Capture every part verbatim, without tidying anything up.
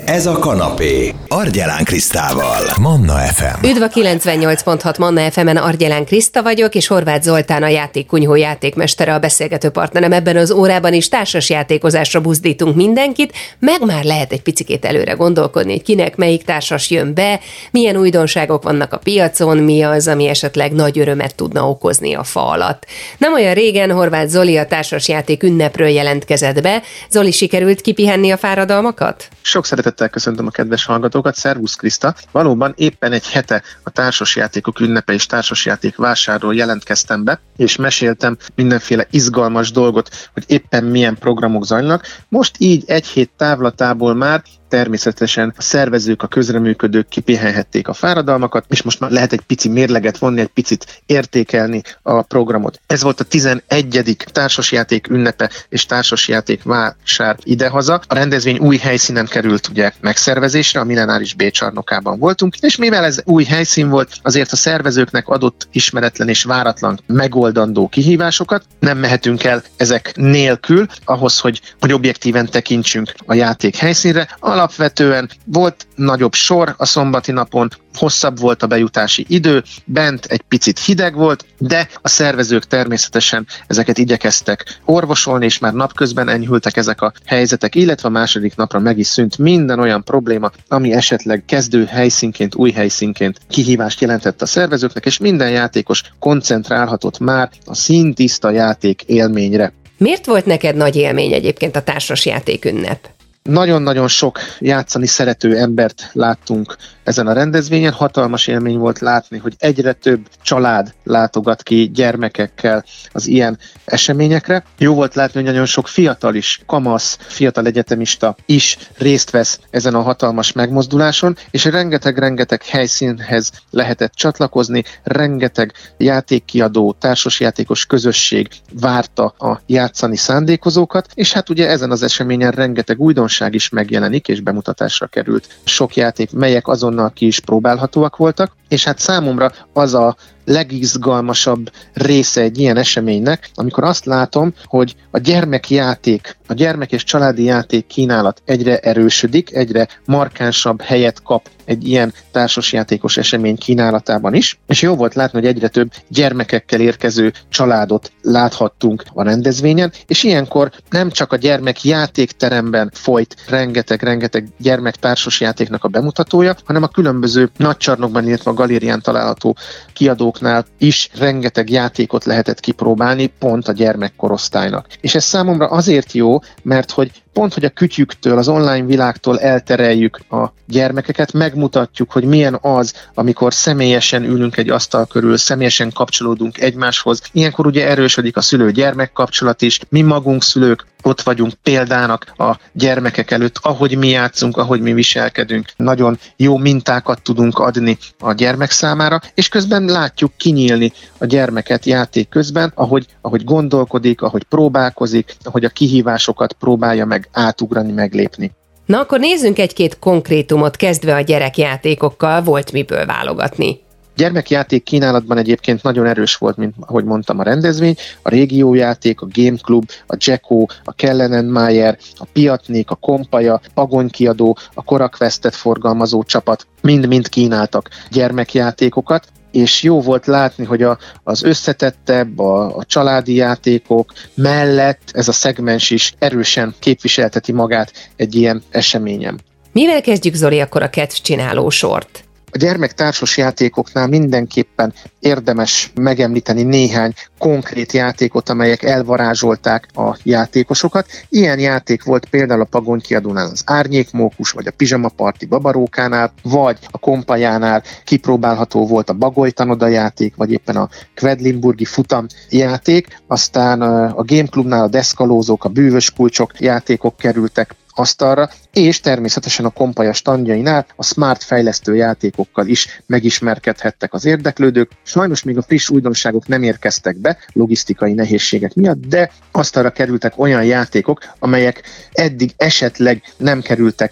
Ez a kanapé. Argyelán Krisztával. Manna ef em. Üdv a kilencvennyolc pont hat Manna ef emen, Argyelán Kriszta vagyok, és Horváth Zoltán a játékkunyhó játékmestere, a beszélgető partnerem. Ebben az órában is társas játékozásra buzdítunk mindenkit, meg már lehet egy picikét előre gondolkodni, hogy kinek melyik társas jön be, milyen újdonságok vannak a piacon, mi az, ami esetleg nagy örömet tudna okozni a fa alatt. Nem olyan régen Horváth Zoli a társasjáték ünnepről jelentkezett be. Zoli, sikerült kipihenni a fáradalmakat? Sok szeretettel köszöntöm a kedves hallgatókat, szervusz Kriszta! Valóban éppen egy hete a társasjátékok ünnepe és társasjáték vásárról jelentkeztem be, és meséltem mindenféle izgalmas dolgot, hogy éppen milyen programok zajlanak. Most így egy hét távlatából már természetesen a szervezők, a közreműködők kipihenhették a fáradalmakat, és most már lehet egy pici mérleget vonni, egy picit értékelni a programot. Ez volt a tizenegyedik társasjáték ünnepe és társasjáték vásár idehaza. A rendezvény új helyszínen került ugye megszervezésre, a Millenáris B csarnokában voltunk, és mivel ez új helyszín volt, azért a szervezőknek adott ismeretlen és váratlan megoldandó kihívásokat. Nem mehetünk el ezek nélkül ahhoz, hogy, hogy objektíven tekintsünk a játék helyszínre. Alapvetően volt nagyobb sor a szombati napon, hosszabb volt a bejutási idő, bent egy picit hideg volt, de a szervezők természetesen ezeket igyekeztek orvosolni, és már napközben enyhültek ezek a helyzetek, illetve a második napra meg is szűnt minden olyan probléma, ami esetleg kezdő helyszínként, új helyszínként kihívást jelentett a szervezőknek, és minden játékos koncentrálhatott már a színtiszta játék élményre. Miért volt neked nagy élmény egyébként a társasjáték ünnep? Nagyon-nagyon sok játszani szerető embert láttunk ezen a rendezvényen. Hatalmas élmény volt látni, hogy egyre több család látogat ki gyermekekkel az ilyen eseményekre. Jó volt látni, hogy nagyon sok fiatal is, kamasz, fiatal egyetemista is részt vesz ezen a hatalmas megmozduláson, és rengeteg-rengeteg helyszínhez lehetett csatlakozni, rengeteg játékkiadó, társasjátékos közösség várta a játszani szándékozókat, és hát ugye ezen az eseményen rengeteg újdonság is megjelenik és bemutatásra került. Sok játék, melyek azonnal ki is próbálhatóak voltak, és hát számomra az a legizgalmasabb része egy ilyen eseménynek, amikor azt látom, hogy a gyermekjáték, a gyermek és családi játék kínálat egyre erősödik, egyre markánsabb helyet kap egy ilyen társasjátékos esemény kínálatában is, és jó volt látni, hogy egyre több gyermekekkel érkező családot láthattunk a rendezvényen, és ilyenkor nem csak a gyermek játékteremben folyt rengeteg-rengeteg gyermek társasjátéknak a bemutatója, hanem a különböző nagycsarnokban, illetve a galérián található kiadóknál is rengeteg játékot lehetett kipróbálni pont a gyermekkorosztálynak. És ez számomra azért jó, mert hogy pont, hogy a kütyüktől, az online világtól eltereljük a gyermekeket, megmutatjuk, hogy milyen az, amikor személyesen ülünk egy asztal körül, személyesen kapcsolódunk egymáshoz. Ilyenkor ugye erősödik a szülő-gyermek kapcsolat is, mi magunk szülők ott vagyunk példának a gyermekek előtt, ahogy mi játszunk, ahogy mi viselkedünk. Nagyon jó mintákat tudunk adni a gyermek számára, és közben látjuk kinyílni a gyermeket játék közben, ahogy, ahogy gondolkodik, ahogy próbálkozik, ahogy a kihívásokat próbálja meg átugrani, meglépni. Na akkor nézzünk egy-két konkrétumot, kezdve a gyerekjátékokkal, volt miből válogatni. Gyermekjáték kínálatban egyébként nagyon erős volt, mint ahogy mondtam, a rendezvény, a régiójáték, a Game Club, a Jacko, a Kellen Meyer, a Piatnik, a Kompaja, Agonykiadó, a Koraquestet forgalmazó csapat mind-mind kínáltak gyermekjátékokat, és jó volt látni, hogy a, az összetettebb, a, a családi játékok mellett ez a szegmens is erősen képviselteti magát egy ilyen eseményen. Mivel kezdjük, Zoli, akkor a kedvcsináló sort? A gyermektársas játékoknál mindenképpen érdemes megemlíteni néhány konkrét játékot, amelyek elvarázsolták a játékosokat. Ilyen játék volt például a Pagonykiadónál az Árnyékmókus, vagy a Pizsama Party Babarókánál, vagy a Kompajánál kipróbálható volt a Bagolytanoda játék, vagy éppen a Quedlinburgi Futam játék. Aztán a Game Clubnál a Deszkalózók, a Bűvös kulcsok játékok kerültek asztalra, és természetesen a Kompaja standjainál a smart fejlesztő játékokkal is megismerkedhettek az érdeklődők. Sajnos még a friss újdonságok nem érkeztek be logisztikai nehézségek miatt, de asztalra kerültek olyan játékok, amelyek eddig esetleg nem kerültek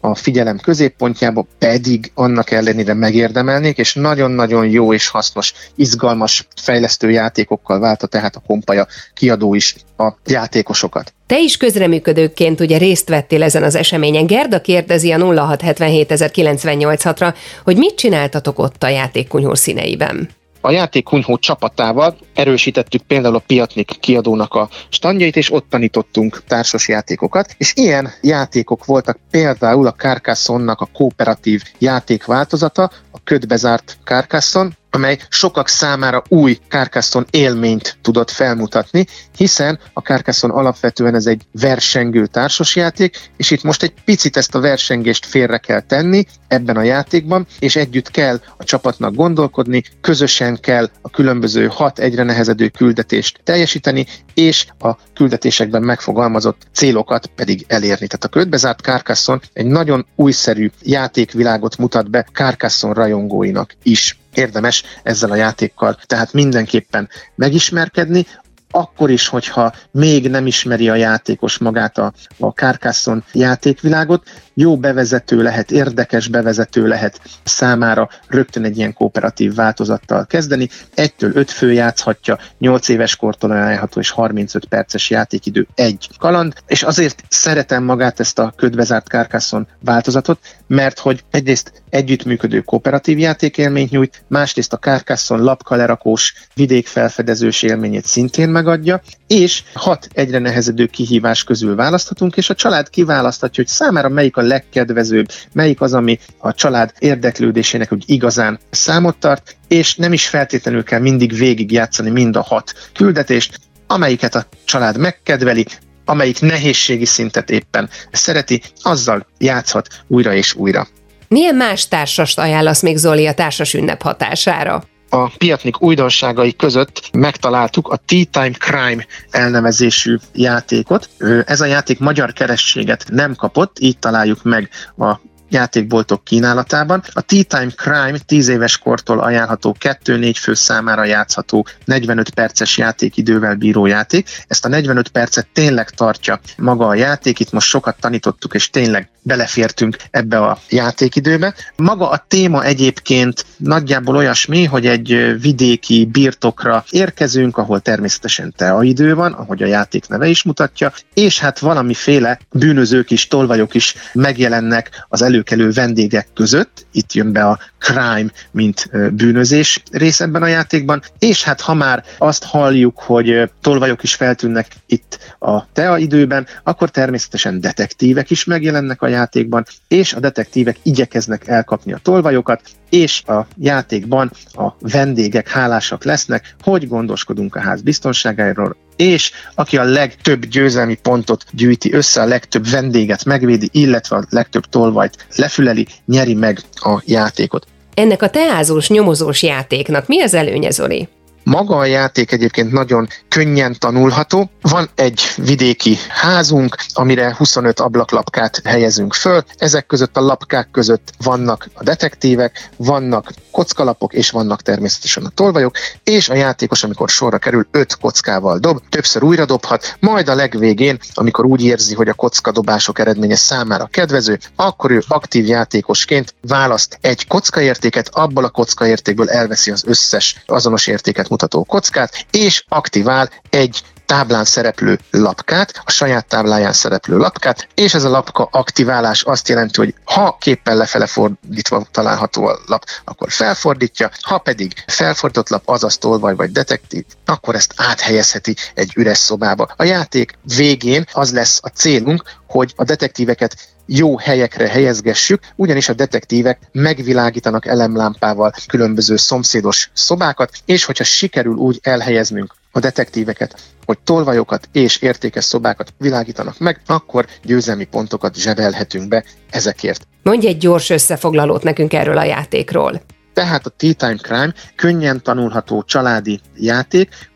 a figyelem középpontjába, pedig annak ellenére megérdemelnék, és nagyon-nagyon jó és hasznos, izgalmas, fejlesztő játékokkal válta tehát a Kompalya kiadó is a játékosokat. Te is közreműködőként ugye részt vettél ezen az eseményen. Gerda kérdezi a nulla hat hetvenhét ezer kilencszáznyolcvanhatra, hogy mit csináltatok ott a játékkunyhó színeiben? A játékkunyhó csapatával erősítettük például a Piatnik kiadónak a standjait, és ott tanítottunk társas játékokat, és ilyen játékok voltak például a Carcassonne-nak a kooperatív játékváltozata, a ködbezárt Carcassonne, amely sokak számára új Carcassonne élményt tudott felmutatni, hiszen a Carcassonne alapvetően ez egy versengő társasjáték, és itt most egy picit ezt a versengést félre kell tenni ebben a játékban, és együtt kell a csapatnak gondolkodni, közösen kell a különböző hat egyre nehezedő küldetést teljesíteni, és a küldetésekben megfogalmazott célokat pedig elérni. Tehát a ködbezárt Carcassonne egy nagyon újszerű játékvilágot mutat be Carcassonne rajongóinak is. Érdemes ezzel a játékkal tehát mindenképpen megismerkedni, akkor is, hogyha még nem ismeri a játékos magát a, a Carcassonne játékvilágot, jó bevezető lehet, érdekes bevezető lehet számára rögtön egy ilyen kooperatív változattal kezdeni. Egytől öt fő játszhatja, nyolc éves kortól ajánlható és harmincöt perces játékidő egy kaland, és azért szeretem magát ezt a ködbezárt Carcassonne változatot, mert hogy egyrészt együttműködő kooperatív játékélményt nyújt, másrészt a Carcassonne lapkalerakós vidékfelfedezős élményét szintén megadja, és hat egyre nehezedő kihívás közül választhatunk, és a család kiválaszthatja, hogy számára melyik a legkedvezőbb, melyik az, ami a család érdeklődésének úgy igazán számot tart, és nem is feltétlenül kell mindig végigjátszani mind a hat küldetést, amelyiket a család megkedveli, amelyik nehézségi szintet éppen szereti, azzal játszhat újra és újra. Milyen más társast ajánlasz még, Zoli, a társas ünnep hatására? A Piatnik újdonságai között megtaláltuk a Tea Time Crime elnevezésű játékot. Ez a játék magyar kerességet nem kapott, így találjuk meg a játékboltok kínálatában. A Tea Time Crime tíz éves kortól ajánlható, kettő-négy fő számára játszható, negyvenöt perces játékidővel bíró játék. Ezt a negyvenöt percet tényleg tartja maga a játék, itt most sokat tanítottuk, és tényleg belefértünk ebbe a játékidőbe. Maga a téma egyébként nagyjából olyasmi, hogy egy vidéki birtokra érkezünk, ahol természetesen teaidő van, ahogy a játék neve is mutatja, és hát valamiféle bűnözők is, tolvajok is megjelennek az előkelő vendégek között. Itt jön be a crime, mint bűnözés rész ebben a játékban, és hát ha már azt halljuk, hogy tolvajok is feltűnnek itt a teaidőben, akkor természetesen detektívek is megjelennek a játékban, és a detektívek igyekeznek elkapni a tolvajokat, és a játékban a vendégek hálásak lesznek, hogy gondoskodunk a ház biztonságáról, és aki a legtöbb győzelmi pontot gyűjti össze, a legtöbb vendéget megvédi, illetve a legtöbb tolvajt lefüleli, nyeri meg a játékot. Ennek a teázós, nyomozós játéknak mi az előnye, Zoli? Maga a játék egyébként nagyon könnyen tanulható. Van egy vidéki házunk, amire huszonöt ablaklapkát helyezünk föl. Ezek között a lapkák között vannak a detektívek, vannak kockalapok, és vannak természetesen a tolvajok, és a játékos, amikor sorra kerül, öt kockával dob, többször újra dobhat, majd a legvégén, amikor úgy érzi, hogy a kockadobások eredménye számára kedvező, akkor ő aktív játékosként választ egy kockaértéket, abból a kockaértékből elveszi az összes azonos értéket mutató kockát, és aktivál egy táblán szereplő lapkát, a saját tábláján szereplő lapkát, és ez a lapka aktiválás azt jelenti, hogy ha képpen lefele fordítva található a lap, akkor felfordítja, ha pedig felfordított lap, azaz tolvaj vagy detektív, akkor ezt áthelyezheti egy üres szobába. A játék végén az lesz a célunk, hogy a detektíveket jó helyekre helyezgessük, ugyanis a detektívek megvilágítanak elemlámpával különböző szomszédos szobákat, és hogyha sikerül úgy elhelyeznünk a detektíveket, hogy tolvajokat és értékes szobákat világítanak meg, akkor győzelmi pontokat zsebelhetünk be ezekért. Mondj egy gyors összefoglalót nekünk erről a játékról. Tehát a Tea Time Crime könnyen tanulható családi játék,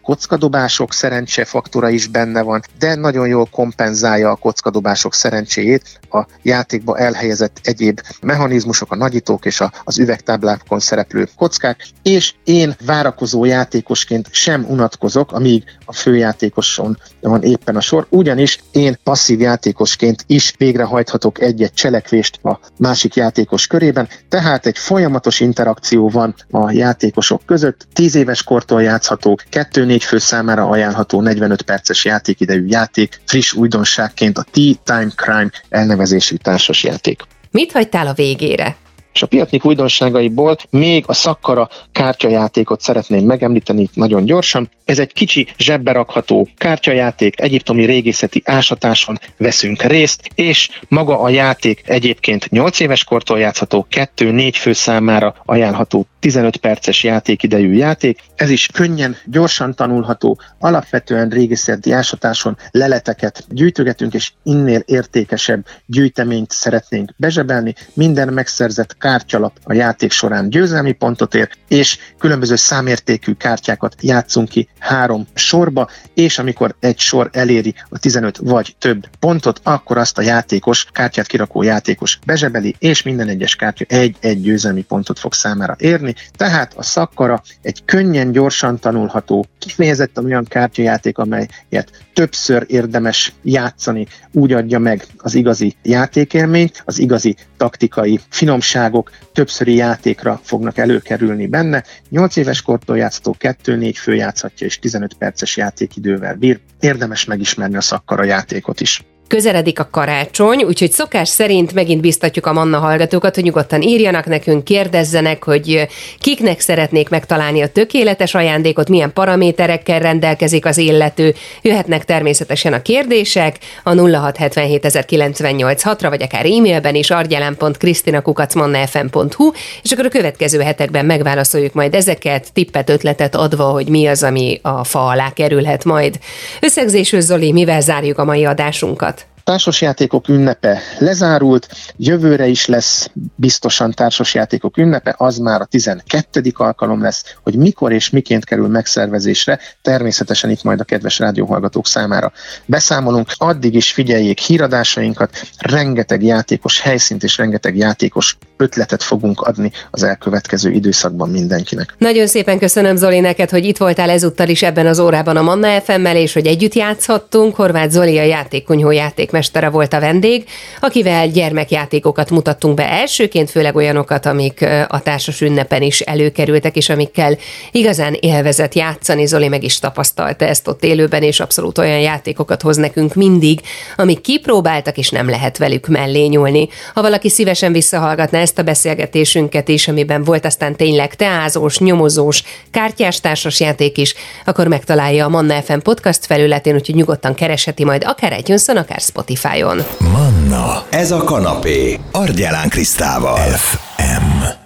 kockadobások szerencsefaktora is benne van, de nagyon jól kompenzálja a kockadobások szerencséjét a játékba elhelyezett egyéb mechanizmusok, a nagyítók és a, az üvegtáblákon szereplő kockák, és én várakozó játékosként sem unatkozok, amíg a főjátékoson van éppen a sor, ugyanis én passzív játékosként is végrehajthatok egy-egy cselekvést a másik játékos körében, tehát egy folyamatos interakció van a játékosok között, tíz éves kortól játszható, kettő-négy fő számára ajánlható negyvenöt perces játékidejű játék, friss újdonságként a Tea Time Crime elnevezésű társasjáték. Mit hagytál a végére? És a Piatnik újdonságaiból még a szakkara kártyajátékot szeretném megemlíteni nagyon gyorsan. Ez egy kicsi zsebbe rakható kártyajáték, egyiptomi régészeti ásatáson veszünk részt, és maga a játék egyébként nyolc éves kortól játszható, kettő-négy fő számára ajánlható tizenöt perces játékidejű játék. Ez is könnyen, gyorsan tanulható, alapvetően régészeti ásatáson leleteket gyűjtögetünk, és innél értékesebb gyűjteményt szeretnénk bezsebelni. Minden megszerzett kártyalap a játék során győzelmi pontot ér, és különböző számértékű kártyákat játszunk ki három sorba, és amikor egy sor eléri a tizenöt vagy több pontot, akkor azt a játékos, kártyát kirakó játékos bezsebeli, és minden egyes kártya egy-egy győzelmi pontot fog számára érni. Tehát a szakkara egy könnyen, gyorsan tanulható, kifejezetten olyan kártyajáték, amelyet többször érdemes játszani, úgy adja meg az igazi játékélményt, az igazi taktikai finomságok többszöri játékra fognak előkerülni benne. nyolc éves kortól játszható, kettő-négy fő játszhatja, és tizenöt perces játékidővel bír. Érdemes megismerni a szakkara játékot is. Közeledik a karácsony, úgyhogy szokás szerint megint biztatjuk a Manna hallgatókat, hogy nyugodtan írjanak nekünk, kérdezzenek, hogy kiknek szeretnék megtalálni a tökéletes ajándékot, milyen paraméterekkel rendelkezik az illető. Jöhetnek természetesen a kérdések a nulla hat hetvenhét ezerkilencszáznyolcvannyolc hatra, vagy akár e-mailben is argyelán pont krisztina kukac manna f m pont hu, és akkor a következő hetekben megválaszoljuk majd ezeket, tippet, ötletet adva, hogy mi az, ami a fa alá kerülhet majd. Összegzésül, Zoli, mivel zárjuk a mai adásunkat? Társasjátékok ünnepe lezárult, jövőre is lesz biztosan társasjátékok ünnepe, az már a tizenkettedik alkalom lesz, hogy mikor és miként kerül megszervezésre, természetesen itt majd a kedves rádióhallgatók számára beszámolunk. Addig is figyeljék híradásainkat, rengeteg játékos helyszínt és rengeteg játékos ötletet fogunk adni az elkövetkező időszakban mindenkinek. Nagyon szépen köszönöm, Zoli, neked, hogy itt voltál ezúttal is ebben az órában a Manna ef emmel, és hogy együtt játszhattunk. Horváth Zoli, a Játékkunyhó játékmestere volt a vendég, akivel gyermekjátékokat mutattunk be elsőként, főleg olyanokat, amik a társas ünnepen is előkerültek, és amikkel igazán élvezett játszani. Zoli meg is tapasztalta ezt ott élőben, és abszolút olyan játékokat hoz nekünk mindig, amik kipróbáltak, és nem lehet velük mellé nyúlni. Ha valaki szívesen visszahallgatná ezt a beszélgetésünket is, amiben volt aztán tényleg teázós, nyomozós, kártyás társasjáték is, akkor megtalálja a Manna ef em podcast felületén, úgyhogy nyugodtan keresheti majd akár iTunes-on, akár Spotify-on. Manna, ez a kanapé, Argyelán Krisztával. ef em